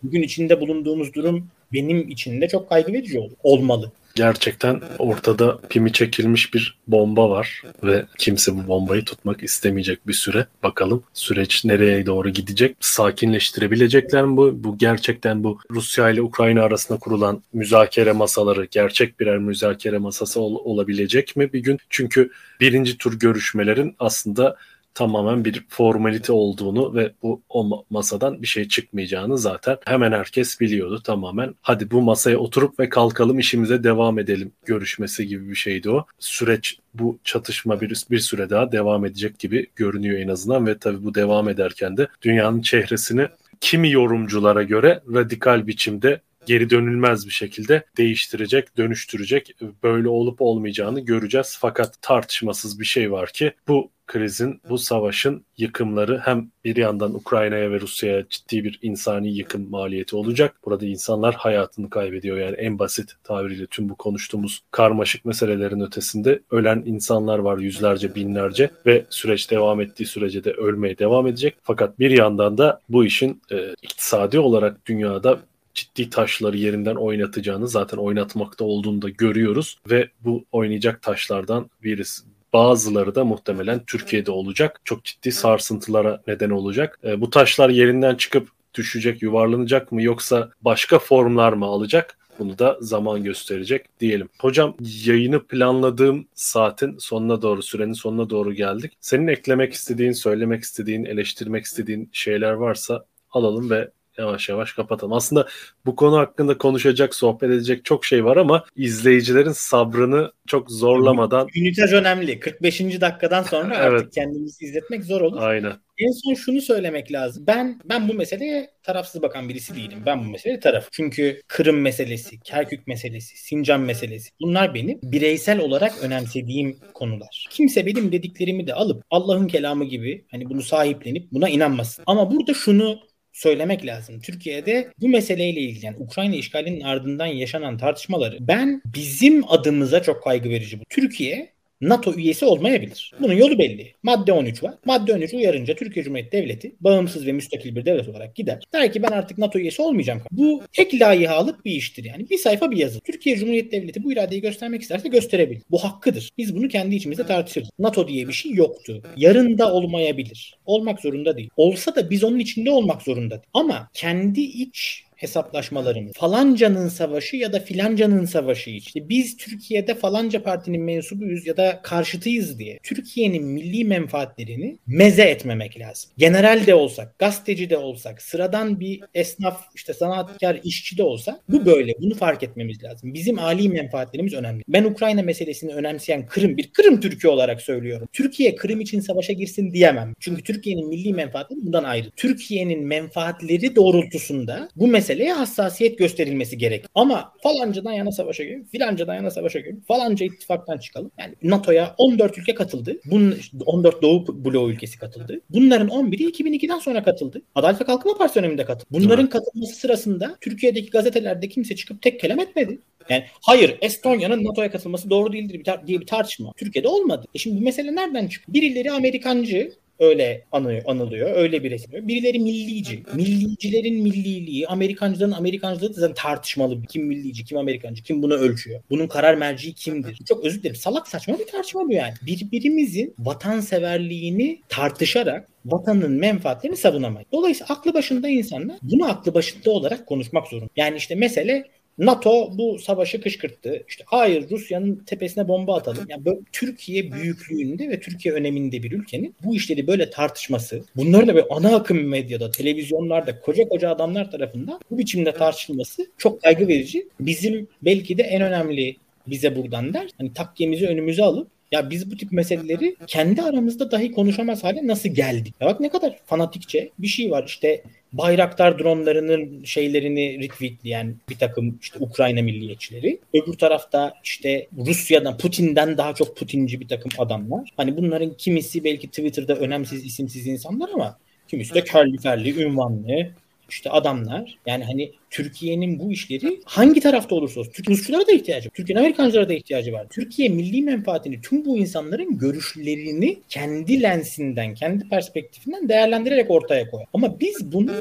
bugün içinde bulunduğumuz durum benim için de çok kaygı verici olmalı. Gerçekten ortada pimi çekilmiş bir bomba var ve kimse bu bombayı tutmak istemeyecek bir süre. Bakalım süreç nereye doğru gidecek? Sakinleştirebilecekler mi bu? Bu gerçekten bu Rusya ile Ukrayna arasında kurulan müzakere masaları gerçek birer müzakere masası ol- olabilecek mi bir gün? Çünkü birinci tur görüşmelerin aslında tamamen bir formalite olduğunu ve bu o masadan bir şey çıkmayacağını zaten hemen herkes biliyordu tamamen. Hadi bu masaya oturup ve kalkalım işimize devam edelim görüşmesi gibi bir şeydi o. Süreç bu çatışma bir, bir süre daha devam edecek gibi görünüyor en azından ve tabii bu devam ederken de dünyanın çehresini kimi yorumculara göre radikal biçimde geri dönülmez bir şekilde değiştirecek, dönüştürecek, böyle olup olmayacağını göreceğiz. Fakat tartışmasız bir şey var ki bu krizin, bu savaşın yıkımları hem bir yandan Ukrayna'ya ve Rusya'ya ciddi bir insani yıkım maliyeti olacak. Burada insanlar hayatını kaybediyor. Yani en basit tabiriyle tüm bu konuştuğumuz karmaşık meselelerin ötesinde ölen insanlar var yüzlerce, binlerce ve süreç devam ettiği sürece de ölmeye devam edecek. Fakat bir yandan da bu işin e, iktisadi olarak dünyada ciddi taşları yerinden oynatacağını, zaten oynatmakta olduğunu da görüyoruz ve bu oynayacak taşlardan birisi. Bazıları da muhtemelen Türkiye'de olacak. Çok ciddi sarsıntılara neden olacak. E, bu taşlar yerinden çıkıp düşecek, yuvarlanacak mı yoksa başka formlar mı alacak? Bunu da zaman gösterecek diyelim. Hocam, yayını planladığım saatin sonuna doğru, sürenin sonuna doğru geldik. Senin eklemek istediğin, söylemek istediğin, eleştirmek istediğin şeyler varsa alalım ve yavaş yavaş kapatalım. Aslında bu konu hakkında konuşacak, sohbet edecek çok şey var ama izleyicilerin sabrını çok zorlamadan... Üniter önemli. kırk beşinci dakikadan sonra evet, artık kendimizi izletmek zor olur. Aynen. En son şunu söylemek lazım. Ben ben bu meseleye tarafsız bakan birisi değilim. Ben bu meseleye taraf. Çünkü Kırım meselesi, Kerkük meselesi, Sincan meselesi, bunlar benim bireysel olarak önemsediğim konular. Kimse benim dediklerimi de alıp Allah'ın kelamı gibi hani bunu sahiplenip buna inanmasın. Ama burada şunu söylemek lazım. Türkiye'de bu meseleyle ilgili, yani Ukrayna işgalinin ardından yaşanan tartışmaları ben bizim adımıza çok kaygı verici bu. Türkiye NATO üyesi olmayabilir. Bunun yolu belli. Madde on üç var. Madde on üç uyarınca Türkiye Cumhuriyeti Devleti bağımsız ve müstakil bir devlet olarak gider. Der ki ben artık NATO üyesi olmayacağım. Bu tek layıhalık bir iştir yani. Bir sayfa bir yazı. Türkiye Cumhuriyeti Devleti bu iradeyi göstermek isterse gösterebilir. Bu hakkıdır. Biz bunu kendi içimizde tartışırız. NATO diye bir şey yoktu. Yarın da olmayabilir. Olmak zorunda değil. Olsa da biz onun içinde olmak zorunda değil. Ama kendi iç hesaplaşmalarımız, falancanın savaşı ya da filancanın savaşı işte biz Türkiye'de falanca partinin mensubuyuz ya da karşıtıyız diye Türkiye'nin milli menfaatlerini meze etmemek lazım. General de olsak, gazeteci de olsak, sıradan bir esnaf, işte sanatkar, işçi de olsa bu böyle. Bunu fark etmemiz lazım. Bizim âli menfaatlerimiz önemli. Ben Ukrayna meselesini önemseyen Kırım, bir Kırım Türk'ü olarak söylüyorum. Türkiye Kırım için savaşa girsin diyemem. Çünkü Türkiye'nin milli menfaatleri bundan ayrı. Türkiye'nin menfaatleri doğrultusunda bu mesele meseleye hassasiyet gösterilmesi gerek. Ama falancadan yana savaşa girelim, filancadan yana savaşa girelim, falanca ittifaktan çıkalım. Yani NATO'ya on dört ülke katıldı. Bunun on dört Doğu bloğu ülkesi katıldı. Bunların on biri iki bin ikiden sonra katıldı. Adalet ve Kalkınma Partisi döneminde katıldı. Bunların katılması sırasında Türkiye'deki gazetelerde kimse çıkıp tek kelam etmedi. Yani hayır, Estonya'nın NATO'ya katılması doğru değildir diye bir tartışma Türkiye'de olmadı. E şimdi bu mesele nereden çıkıyor? Birileri Amerikancı, öyle anıyor, anılıyor. Öyle bir resim. Birileri millici. Millicilerin milliliği, Amerikancıların Amerikancılığı da zaten tartışmalı. Kim millici, kim Amerikancı, kim bunu ölçüyor? Bunun karar merci kimdir? Çok özür dilerim. Salak saçma bir tartışma bu yani. Birbirimizin vatanseverliğini tartışarak vatanın menfaatlerini savunamayız. Dolayısıyla aklı başında insanlar bunu aklı başında olarak konuşmak zorunda. Yani işte mesele NATO bu savaşı kışkırttı. İşte hayır, Rusya'nın tepesine bomba atalım. Yani böyle Türkiye büyüklüğünde ve Türkiye öneminde bir ülkenin bu işleri böyle tartışması, bunların da böyle ana akım medyada, televizyonlarda koca koca adamlar tarafından bu biçimde tartışılması çok kaygı verici. Bizim belki de en önemli bize buradan der, hani takkemizi önümüze alıp ya biz bu tip meseleleri kendi aramızda dahi konuşamaz hale nasıl geldik? Ya bak ne kadar fanatikçe bir şey var. İşte Bayraktar dronlarının şeylerini retweetleyen bir takım işte Ukrayna milliyetçileri. Öbür tarafta işte Rusya'dan, Putin'den daha çok Putinci bir takım adamlar. Hani bunların kimisi belki Twitter'da önemsiz, isimsiz insanlar ama kimisi de kerli ferli, ünvanlı işte adamlar. Yani hani Türkiye'nin bu işleri hangi tarafta olursa olsun, Türk Rusçulara da ihtiyacı var. Türkiye'nin Amerikancılara da ihtiyacı var. Türkiye milli menfaatini, tüm bu insanların görüşlerini kendi lensinden, kendi perspektifinden değerlendirerek ortaya koyar. Ama biz bunu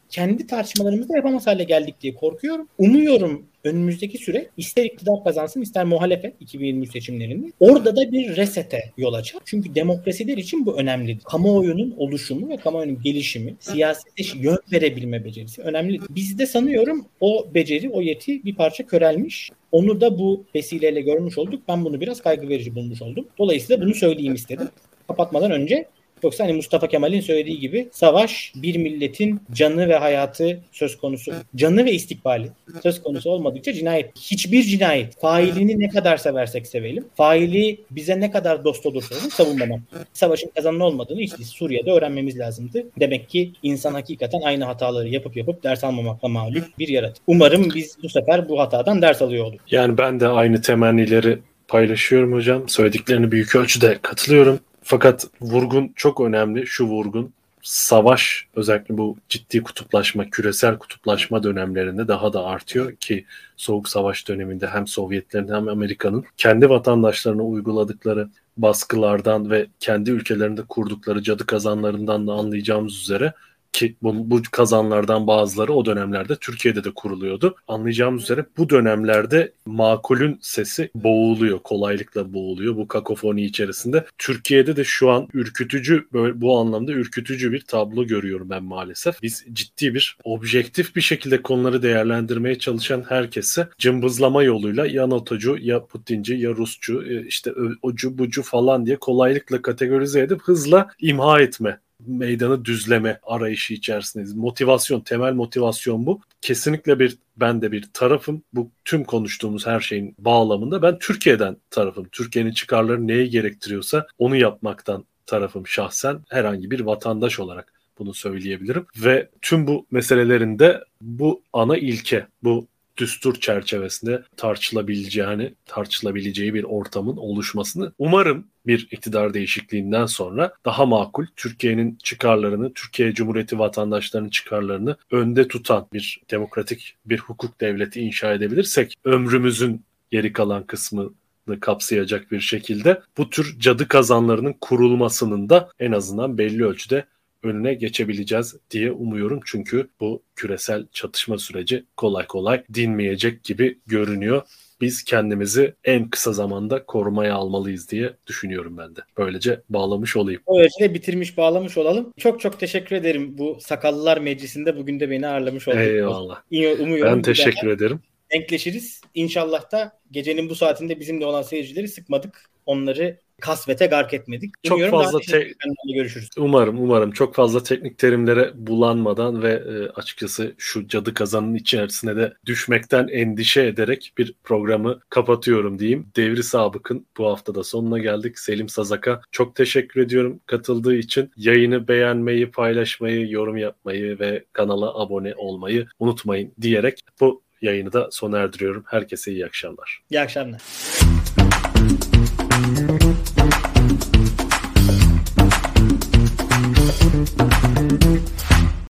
kendi tartışmalarımızda yapamaz hale geldik diye korkuyorum. Umuyorum önümüzdeki süre ister iktidar kazansın ister muhalefet iki bin yirmi üç seçimlerinde orada da bir resete yol açar. Çünkü demokrasiler için bu önemlidir. Kamuoyunun oluşumu ve kamuoyunun gelişimi, siyasete yön verebilme becerisi önemli. Bizde sanıyorum o beceri, o yeti bir parça körelmiş. Onu da bu vesileyle görmüş olduk. Ben bunu biraz kaygı verici bulmuş oldum. Dolayısıyla bunu söyleyeyim istedim. Kapatmadan önce yoksa hani Mustafa Kemal'in söylediği gibi savaş bir milletin canı ve hayatı söz konusu, canı ve istikbali söz konusu olmadıkça cinayet. Hiçbir cinayet failini ne kadar seversek sevelim, faili bize ne kadar dost olursa olsun savunmamam. Savaşın kazanın olmadığını işte Suriye'de öğrenmemiz lazımdı. Demek ki insan hakikaten aynı hataları yapıp yapıp ders almamakla mağlup bir yaratık. Umarım biz bu sefer bu hatadan ders alıyor olduk. Yani ben de aynı temennileri paylaşıyorum hocam. Söylediklerine büyük ölçüde katılıyorum. Fakat vurgun çok önemli. Şu vurgun savaş, özellikle bu ciddi kutuplaşma, küresel kutuplaşma dönemlerinde daha da artıyor ki Soğuk Savaş döneminde hem Sovyetlerin hem Amerika'nın kendi vatandaşlarına uyguladıkları baskılardan ve kendi ülkelerinde kurdukları cadı kazanlarından da anlayacağımız üzere ki bu, bu kazanlardan bazıları o dönemlerde Türkiye'de de kuruluyordu. Anlayacağımız üzere bu dönemlerde makulün sesi boğuluyor, kolaylıkla boğuluyor bu kakofoni içerisinde. Türkiye'de de şu an ürkütücü, böyle bu anlamda ürkütücü bir tablo görüyorum ben maalesef. Biz ciddi bir, objektif bir şekilde konuları değerlendirmeye çalışan herkese cımbızlama yoluyla ya NATO'cu, ya Putinci, ya Rusçu, işte ocu bucu falan diye kolaylıkla kategorize edip hızla imha etme, meydanı düzleme arayışı içerisindeyiz. Motivasyon, temel motivasyon bu. Kesinlikle bir, ben de bir tarafım. Bu tüm konuştuğumuz her şeyin bağlamında ben Türkiye'den tarafım. Türkiye'nin çıkarları neyi gerektiriyorsa onu yapmaktan tarafım şahsen, herhangi bir vatandaş olarak bunu söyleyebilirim. Ve tüm bu meselelerin de bu ana ilke, bu düstur çerçevesinde tartışılabileceğini, tartışılabileceği bir ortamın oluşmasını umarım bir iktidar değişikliğinden sonra daha makul, Türkiye'nin çıkarlarını, Türkiye Cumhuriyeti vatandaşlarının çıkarlarını önde tutan bir demokratik bir hukuk devleti inşa edebilirsek, ömrümüzün geri kalan kısmını kapsayacak bir şekilde bu tür cadı kazanlarının kurulmasının da en azından belli ölçüde önüne geçebileceğiz diye umuyorum. Çünkü bu küresel çatışma süreci kolay kolay dinmeyecek gibi görünüyor. Biz kendimizi en kısa zamanda korumaya almalıyız diye düşünüyorum ben de. Böylece bağlamış olayım. Böylece bitirmiş, bağlamış olalım. Çok çok teşekkür ederim bu Sakallılar Meclisi'nde bugün de beni ağırlamış olduk. Eyvallah. Umuyorum ben teşekkür ederim. Denkleşiriz. İnşallah da gecenin bu saatinde bizimle olan seyircileri sıkmadık. Onları kasvete gark etmedik. Çok Umuyorum fazla te- görüşürüz. Umarım umarım çok fazla teknik terimlere bulanmadan ve e, açıkçası şu cadı kazanın içerisine de düşmekten endişe ederek bir programı kapatıyorum diyeyim. Devri Sabık'ın bu haftada sonuna geldik. Selim Sazak'a çok teşekkür ediyorum katıldığı için. Yayını beğenmeyi, paylaşmayı, yorum yapmayı ve kanala abone olmayı unutmayın diyerek bu yayını da sona erdiriyorum. Herkese iyi akşamlar. İyi akşamlar.